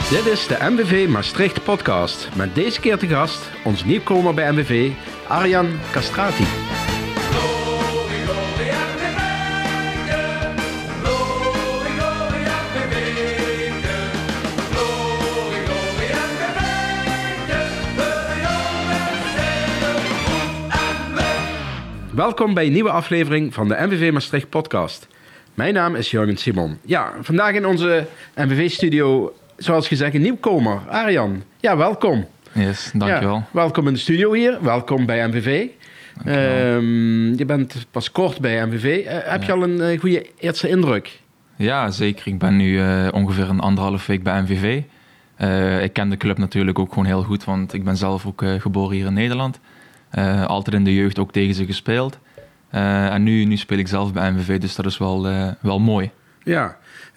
Dit is de MVV Maastricht podcast. Met deze keer te gast ons nieuwkomer bij MVV, Arjan Castrati. Welkom bij een nieuwe aflevering van de MVV Maastricht podcast. Mijn naam is Jurgen Simon. Ja, vandaag in onze MVV-studio, zoals gezegd, een nieuwkomer. Arjan, ja, welkom. Yes, dankjewel. Ja, welkom in de studio hier, welkom bij MVV. Je bent pas kort bij MVV. Heb je al een goede eerste indruk? Ja, zeker. Ik ben nu ongeveer een 1,5 week bij MVV. Ik ken de club natuurlijk ook gewoon heel goed, want ik ben zelf ook geboren hier in Nederland. Altijd in de jeugd ook tegen ze gespeeld. En nu speel ik zelf bij MVV, dus dat is wel mooi. Ja,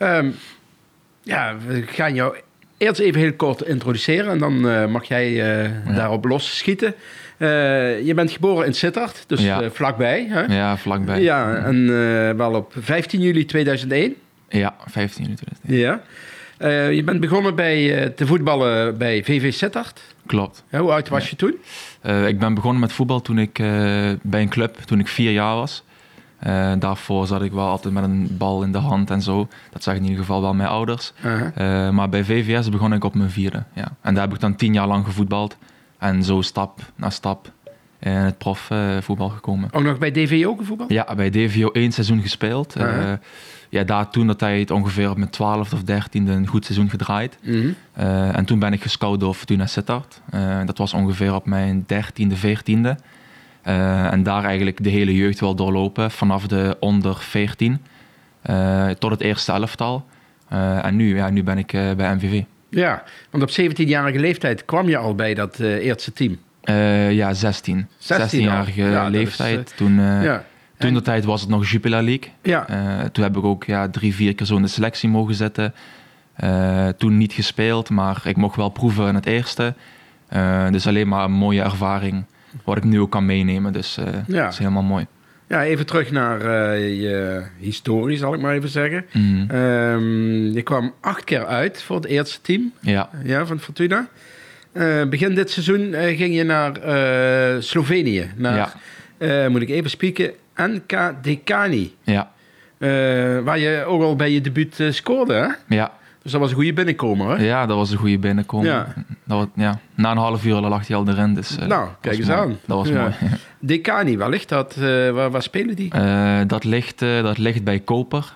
we gaan jou eerst even heel kort introduceren en dan mag jij daarop losschieten. Je bent geboren in Sittard, dus vlakbij. Hè? Ja, vlakbij. Ja, en wel op 15 juli 2001. Ja, 15 juli 2001. Ja. Je bent begonnen te voetballen bij VV Sittard. Klopt. Ja, hoe oud was je toen? Ik ben begonnen met voetbal toen ik bij een club, toen ik 4 jaar was. Daarvoor zat ik wel altijd met een bal in de hand en zo. Dat zeggen in ieder geval wel mijn ouders. Uh-huh. Maar bij VVS begon ik op mijn 4e. Ja. En daar heb ik dan 10 jaar lang gevoetbald. En zo stap na stap in het profvoetbal gekomen. Ook nog bij DVO gevoetbald? Ja, bij DVO 1 seizoen gespeeld. Uh-huh. Daar toen dat tijd ongeveer op mijn 12e of 13e een goed seizoen gedraaid. Uh-huh. En toen ben ik gescout door Fortuna Sittard. Dat was ongeveer op mijn 13e, 14e. En daar eigenlijk de hele jeugd wel doorlopen. Vanaf de onder 14 tot het eerste elftal. En nu ben ik bij MVV. Ja, want op 17-jarige leeftijd kwam je al bij dat eerste team. 16. 16-jarige leeftijd. Toen de tijd was het nog Jupiler League. Ja. Toen heb ik ook 3-4 keer zo in de selectie mogen zitten. Toen niet gespeeld, maar ik mocht wel proeven in het eerste. Dus alleen maar een mooie ervaring wat ik nu ook kan meenemen. Dus dat is helemaal mooi. Ja, even terug naar je historie, zal ik maar even zeggen. Mm-hmm. Je kwam 8 keer uit voor het eerste team van Fortuna. Begin dit seizoen ging je naar Slovenië. Moet ik even spieken, NK Dekani. Ja. Waar je ook al bij je debuut scoorde, hè? Ja. Dus dat was een goede binnenkomer, hè? Ja, dat was een goede binnenkomer. Ja. Na een half uur lag hij al erin. Dus, kijk eens aan. Dat was mooi. Dekani, waar ligt dat? Waar spelen die? Dat ligt bij Koper.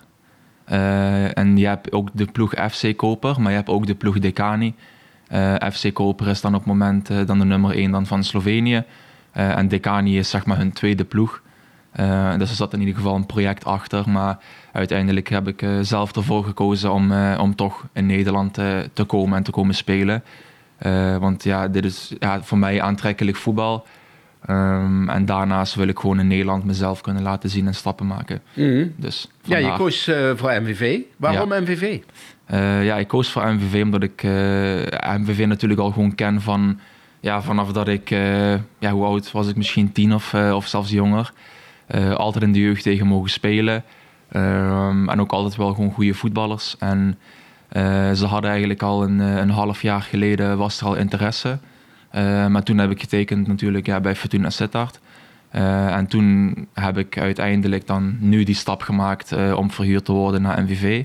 En je hebt ook de ploeg FC Koper, maar je hebt ook de ploeg Dekani. FC Koper is dan op het moment dan de nummer 1 dan van Slovenië. En Dekani is zeg maar hun tweede ploeg. Dus er zat in ieder geval een project achter. Maar uiteindelijk heb ik zelf ervoor gekozen om toch in Nederland te komen en te komen spelen. Want dit is voor mij aantrekkelijk voetbal. En daarnaast wil ik gewoon in Nederland mezelf kunnen laten zien en stappen maken. Mm-hmm. Dus vandaar. Ja, je koos voor MVV. Waarom MVV? Ik koos voor MVV omdat ik MVV natuurlijk al gewoon ken van... Ja, vanaf dat ik, hoe oud was ik, misschien 10 of zelfs jonger. Altijd in de jeugd tegen mogen spelen. En ook altijd wel gewoon goede voetballers. En ze hadden eigenlijk al een half jaar geleden was er al interesse. Maar toen heb ik getekend natuurlijk bij Fortuna Sittard. En toen heb ik uiteindelijk dan nu die stap gemaakt om verhuurd te worden naar MVV.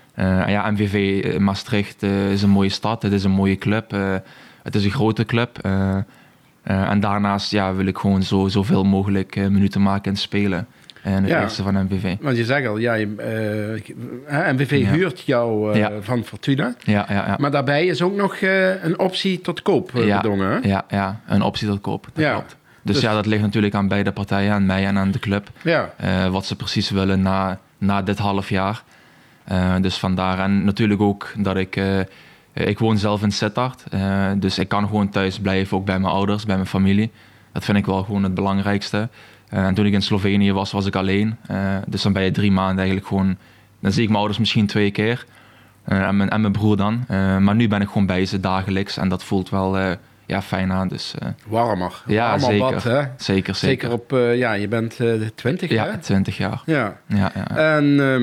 MVV Maastricht is een mooie stad, het is een mooie club. Het is een grote club. En daarnaast wil ik gewoon zoveel mogelijk minuten maken en spelen. En het eerste van MVV. Want je zegt al, MVV huurt jou van Fortuna. Ja. Maar daarbij is ook nog een optie tot koop bedongen. Hè? Ja, een optie tot koop. Dat klopt. Dus dat ligt natuurlijk aan beide partijen, aan mij en aan de club. Ja. Wat ze precies willen na dit half jaar. Dus vandaar. En natuurlijk ook dat ik woon zelf in Sittard, dus ik kan gewoon thuis blijven, ook bij mijn ouders, bij mijn familie. Dat vind ik wel gewoon het belangrijkste. En toen ik in Slovenië was ik alleen. Dus dan ben je 3 maanden eigenlijk gewoon... Dan zie ik mijn ouders misschien 2 keer. En mijn broer dan. Maar nu ben ik gewoon bij ze dagelijks. En dat voelt wel fijn aan. Dus, warmer. Ja, warmer zeker. Bad, hè? Zeker. Zeker op... je bent 20, hè? Ja, 20 jaar. Ja. Ja. En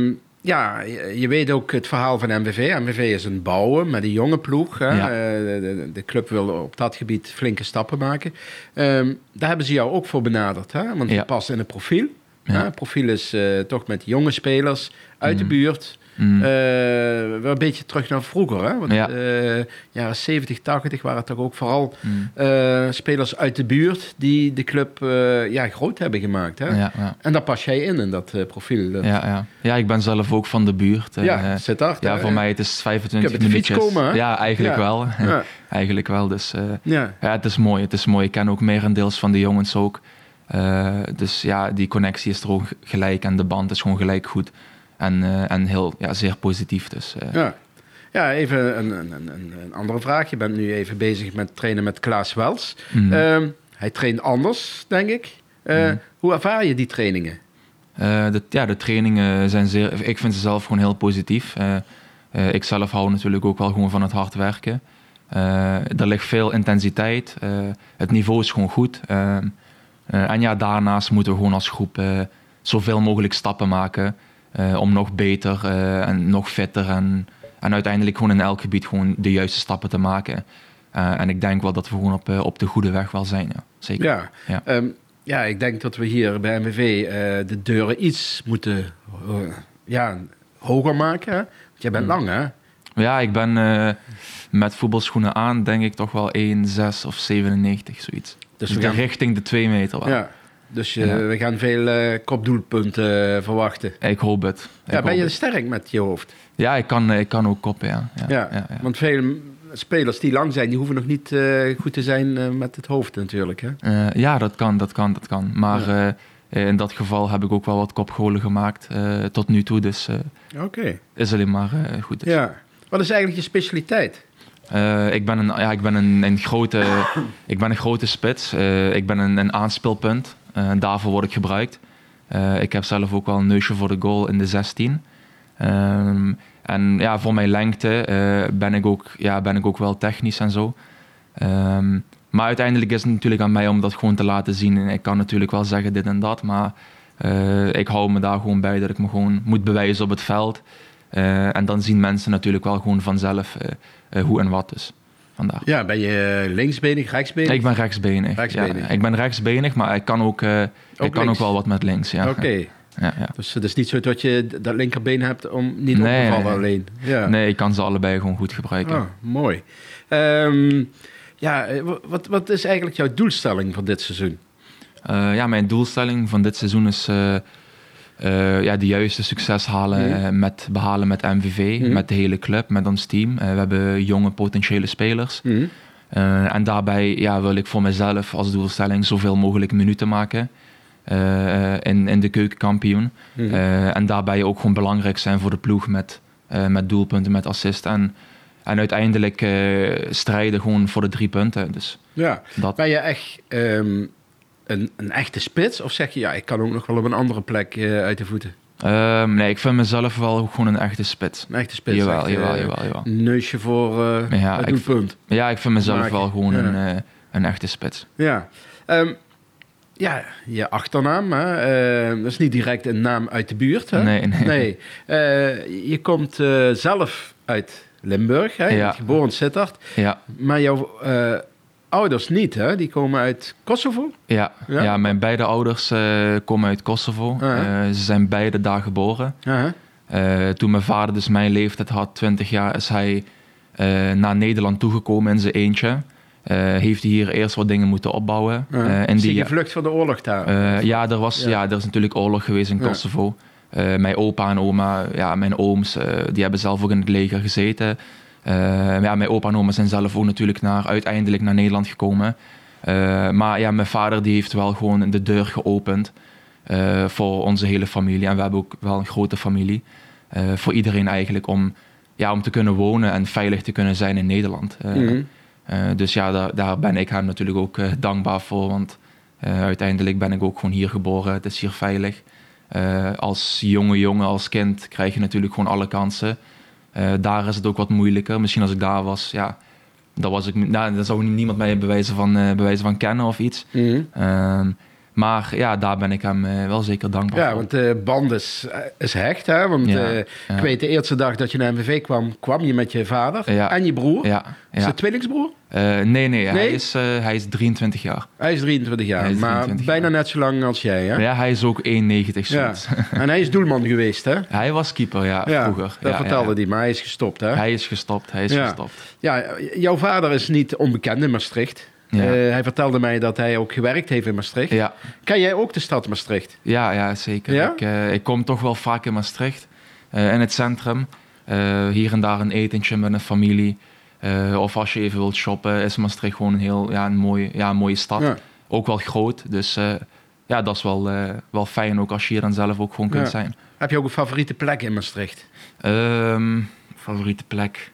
Ja, je weet ook het verhaal van MVV. MVV is een bouwen met een jonge ploeg. Hè? Ja. De club wil op dat gebied flinke stappen maken. Daar hebben ze jou ook voor benaderd. Hè? Want je past in het profiel. Ja. Het profiel is toch met jonge spelers uit de buurt. Wel een beetje terug naar vroeger. Hè? Want jaren 70, 80 waren het toch ook vooral spelers uit de buurt die de club groot hebben gemaakt. Hè? Ja, ja. En daar pas jij in dat profiel. Ja, ik ben zelf ook van de buurt. Sittard. Ja, voor mij het is 25 minuutjes. Komen, hè? Ja, eigenlijk wel. Ja. Eigenlijk wel. Dus het is mooi. Het is mooi. Ik ken ook merendeels van de jongens ook. Dus ja, die connectie is er ook gelijk en de band is gewoon gelijk goed. En heel, zeer positief. Dus, Ja, even een andere vraag. Je bent nu even bezig met trainen met Klaas Wels. Hij traint anders, denk ik. Hoe ervaar je die trainingen? De trainingen zijn zeer... Ik vind ze zelf gewoon heel positief. Ik zelf hou natuurlijk ook wel gewoon van het hard werken. Er ligt veel intensiteit. Het niveau is gewoon goed. En daarnaast moeten we gewoon als groep zoveel mogelijk stappen maken... om nog beter en nog fitter en uiteindelijk gewoon in elk gebied gewoon de juiste stappen te maken. En ik denk wel dat we gewoon op de goede weg wel zijn. Ja. Zeker. Ja, ik denk dat we hier bij MVV de deuren iets moeten hoger maken. Hè? Want jij bent lang, hè? Ja, ik ben met voetbalschoenen aan denk ik toch wel 1,6 of 97, zoiets. Dus we gaan richting de 2 meter wel. Ja. Dus we gaan veel kopdoelpunten verwachten. Ik hoop het. Ben je sterk met je hoofd? Ja, ik kan ook koppen, ja. Want veel spelers die lang zijn, die hoeven nog niet goed te zijn met het hoofd natuurlijk. Hè? Dat kan. Maar in dat geval heb ik ook wel wat kopgolen gemaakt tot nu toe. Dus is alleen maar goed. Dus. Ja. Wat is eigenlijk je specialiteit? Ik ben een grote spits. Ik ben een aanspeelpunt. Daarvoor word ik gebruikt. Ik heb zelf ook wel een neusje voor de goal in de 16. En voor mijn lengte ben ik ook wel technisch en zo. Maar uiteindelijk is het natuurlijk aan mij om dat gewoon te laten zien. En ik kan natuurlijk wel zeggen dit en dat, maar ik hou me daar gewoon bij dat ik me gewoon moet bewijzen op het veld. En dan zien mensen natuurlijk wel gewoon vanzelf hoe en wat dus. Vandaar. Ja, ben je linksbenig, rechtsbenig? Ik ben rechtsbenig. Ja, ik ben rechtsbenig, maar ik kan ook wel wat met links. Ja. Oké. Ja. Dus het is niet zo dat je dat linkerbeen hebt om niet op te vallen alleen? Ja. Nee, ik kan ze allebei gewoon goed gebruiken. Oh, mooi. Wat is eigenlijk jouw doelstelling voor dit seizoen? Mijn doelstelling van dit seizoen is... de juiste succes behalen met MVV, met de hele club, met ons team. We hebben jonge potentiële spelers. En daarbij wil ik voor mezelf als doelstelling zoveel mogelijk minuten maken in de keukenkampioen. En daarbij ook gewoon belangrijk zijn voor de ploeg met doelpunten, met assist. En uiteindelijk strijden gewoon voor de 3 punten. Dus ben je echt... Een echte spits? Of zeg je, ik kan ook nog wel op een andere plek uit de voeten? Nee, ik vind mezelf wel gewoon een echte spits. Een echte spits? Jawel. Neusje voor het doelpunt. Ja, ik vind mezelf wel gewoon een echte spits. Ja. Je achternaam, dat is niet direct een naam uit de buurt. Hè? Nee. Je komt zelf uit Limburg, hè? Je bent geboren in Sittard. Ja. Maar jouw... ouders niet, hè? Die komen uit Kosovo? Ja, mijn beide ouders komen uit Kosovo. Ze zijn beide daar geboren. Toen mijn vader dus mijn leeftijd had, 20 jaar, is hij naar Nederland toegekomen in zijn eentje. Heeft hij hier eerst wat dingen moeten opbouwen. Is hij gevlucht van de oorlog daar? Er is natuurlijk oorlog geweest in Kosovo. Mijn opa en oma, mijn ooms, die hebben zelf ook in het leger gezeten. Mijn opa en oma zijn zelf ook natuurlijk uiteindelijk naar Nederland gekomen. Maar mijn vader die heeft wel gewoon de deur geopend voor onze hele familie. En we hebben ook wel een grote familie. Voor iedereen eigenlijk om te kunnen wonen en veilig te kunnen zijn in Nederland. Dus daar ben ik hem natuurlijk ook dankbaar voor. Want uiteindelijk ben ik ook gewoon hier geboren. Het is hier veilig. Als jonge jongen, als kind krijg je natuurlijk gewoon alle kansen. Daar is het ook wat moeilijker. Misschien als ik daar was, dan zou niemand mij bewijzen van kennen of iets. Maar ja, daar ben ik hem wel zeker dankbaar voor. Ja, want de band is hecht, hè? Want ik weet, de eerste dag dat je naar MVV kwam je met je vader en je broer. Ja. Is het tweelingsbroer? Nee? Hij is 23 jaar. Hij is 23 jaar, maar bijna net zo lang als jij, hè? Ja, hij is ook 1,90 zoiets. Ja. En hij is doelman geweest, hè? Hij was keeper, vroeger. Dat vertelde hij, maar hij is gestopt, hè? Hij is gestopt. Ja, jouw vader is niet onbekend in Maastricht. Ja. Hij vertelde mij dat hij ook gewerkt heeft in Maastricht. Ja. Ken jij ook de stad Maastricht? Ja, zeker. Ja? Ik kom toch wel vaak in Maastricht, in het centrum. Hier en daar een etentje met een familie. Of als je even wilt shoppen, is Maastricht gewoon een mooie stad. Ja. Ook wel groot, dus dat is wel fijn ook als je hier dan zelf ook gewoon kunt zijn. Heb je ook een favoriete plek in Maastricht? Favoriete plek?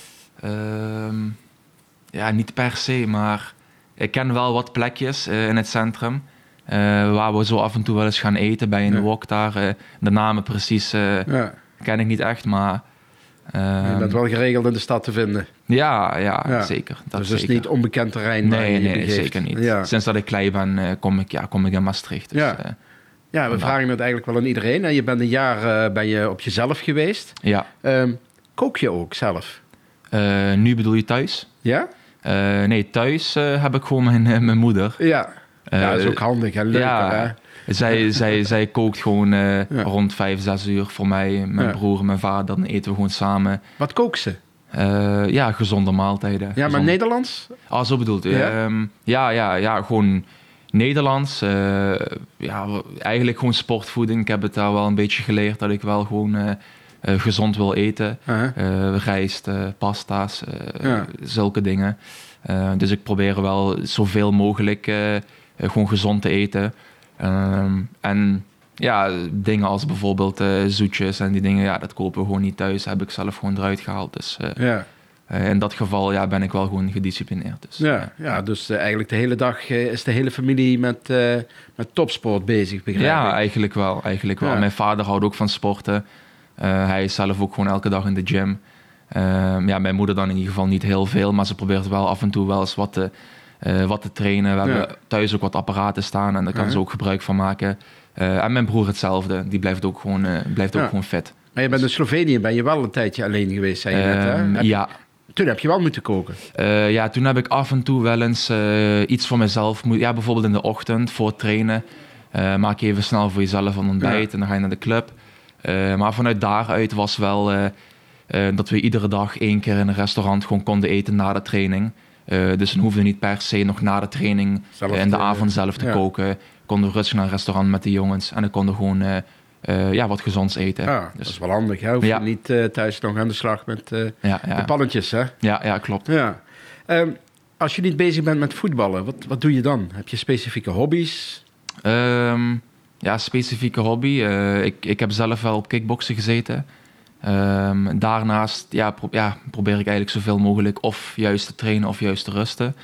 Niet per se, maar ik ken wel wat plekjes in het centrum. Waar we zo af en toe wel eens gaan eten bij een wok daar. De namen precies ken ik niet echt, maar... je bent wel geregeld in de stad te vinden. Ja. Zeker. Dus het is niet onbekend terrein. Nee, zeker niet. Ja. Sinds dat ik klein ben, kom ik in Maastricht. Dus, we vragen het eigenlijk wel aan iedereen. Je bent een jaar ben je op jezelf geweest. Ja. Kook je ook zelf? Nu bedoel je thuis? Ja? Nee, thuis heb ik gewoon mijn moeder. Ja. Dat is ook handig en leuk. Hè? Zij kookt gewoon rond 5-6 uur voor mij, mijn broer en mijn vader. Dan eten we gewoon samen. Wat kookt ze? Gezonde maaltijden. Ja, maar Nederlands? Zo bedoelt u. Ja, gewoon Nederlands. Eigenlijk gewoon sportvoeding. Ik heb het daar wel een beetje geleerd dat ik wel gewoon gezond wil eten. Rijst, pasta's, zulke dingen. Dus ik probeer wel zoveel mogelijk gewoon gezond te eten. En dingen als bijvoorbeeld zoetjes en die dingen, dat kopen we gewoon niet thuis. Heb ik zelf gewoon eruit gehaald. Dus in dat geval ben ik wel gewoon gedisciplineerd. Dus, dus eigenlijk de hele dag is de hele familie met topsport bezig, begrijp ik? Ja, eigenlijk wel. Ja. Mijn vader houdt ook van sporten. Hij is zelf ook gewoon elke dag in de gym. Mijn moeder dan in ieder geval niet heel veel, maar ze probeert wel af en toe wel eens wat te trainen. We hebben thuis ook wat apparaten staan en daar kan ze ook gebruik van maken. En mijn broer hetzelfde, die blijft ook gewoon fit. Maar je bent in Slovenië, ben je wel een tijdje alleen geweest, zei je net, hè? Toen heb je wel moeten koken. Toen heb ik af en toe wel eens iets voor mezelf. Bijvoorbeeld in de ochtend voor het trainen. Maak je even snel voor jezelf een ontbijt en dan ga je naar de club. Maar vanuit daaruit was wel dat we iedere dag 1 keer in een restaurant gewoon konden eten na de training. Dus dan hoefden we niet per se nog na de training in de avond zelf te koken. Konden we rustig naar een restaurant met de jongens en dan konden we gewoon wat gezonds eten. Ja, dus, dat is wel handig. Hè? Hoef je niet thuis nog aan de slag met de pannetjes, hè? Ja, klopt. Ja. Als je niet bezig bent met voetballen, wat doe je dan? Heb je specifieke hobby's? Specifieke hobby. Ik heb zelf wel op kickboksen gezeten. Daarnaast probeer ik eigenlijk zoveel mogelijk of juist te trainen of juist te rusten.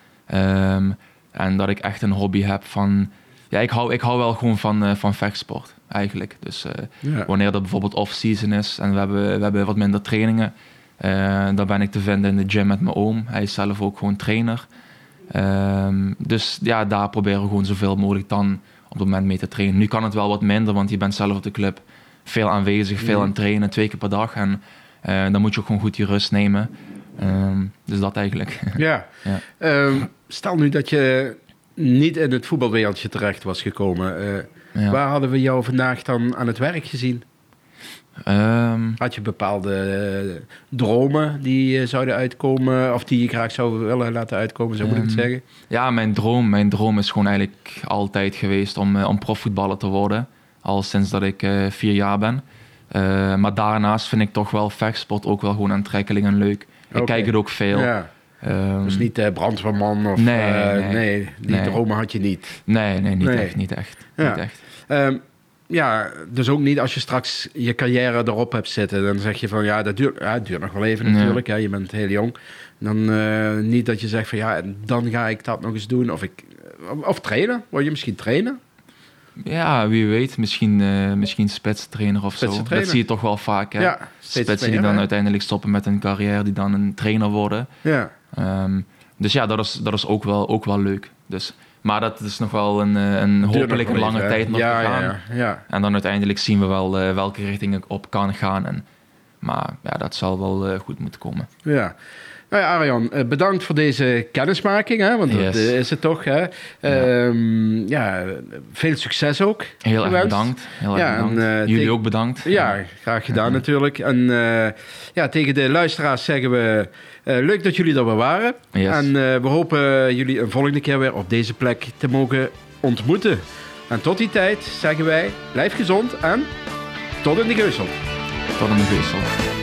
En dat ik echt een hobby heb van... Ja, ik hou wel gewoon van vechtsport, eigenlijk. Dus wanneer dat bijvoorbeeld off-season is en we hebben wat minder trainingen... dan ben ik te vinden in de gym met mijn oom. Hij is zelf ook gewoon trainer. Dus daar proberen we gewoon zoveel mogelijk dan op het moment mee te trainen. Nu kan het wel wat minder, want je bent zelf op de club veel aanwezig, veel aan het trainen, 2 keer per dag. En dan moet je ook gewoon goed je rust nemen. Dus dat eigenlijk. Stel nu dat je niet in het voetbalwereldje terecht was gekomen. Waar hadden we jou vandaag dan aan het werk gezien? Had je bepaalde dromen die zouden uitkomen, of die je graag zou willen laten uitkomen, zo moet ik het zeggen? Ja, mijn droom is gewoon eigenlijk altijd geweest om profvoetballer te worden. Al sinds dat ik 4 jaar ben. Maar daarnaast vind ik toch wel vechtsport ook wel gewoon aantrekkelijk en leuk. Ik kijk het ook veel. Ja. Dus niet brandweerman of... Nee, die dromen had je niet. Nee, niet echt. Dus ook niet als je straks je carrière erop hebt zitten. Dan zeg je van, dat duurt nog wel even natuurlijk. Ja. Je bent heel jong. Dan niet dat je zegt van, dan ga ik dat nog eens doen. Of trainen. Word je misschien trainen? Ja, wie weet. Misschien spitstrainer of zo. Dat zie je toch wel vaak. Hè? Ja, spitsen die dan uiteindelijk stoppen met een carrière, die dan een trainer worden. Ja. Dus dat is ook wel leuk. Dus, Maar dat is nog wel een hopelijk een lange tijd nog te gaan. Ja. En dan uiteindelijk zien we wel welke richting ik op kan gaan. Maar dat zal wel goed moeten komen. Ja. Nou ja, Arjan, bedankt voor deze kennismaking, hè, want dat is het toch. Hè. Veel succes ook. Heel erg bedankt. Jullie ook bedankt. Ja, graag gedaan natuurlijk. En tegen de luisteraars zeggen we... leuk dat jullie er weer waren. Yes. En we hopen jullie een volgende keer weer op deze plek te mogen ontmoeten. En tot die tijd zeggen wij, blijf gezond en tot in de Geusel. Tot in de Geusel.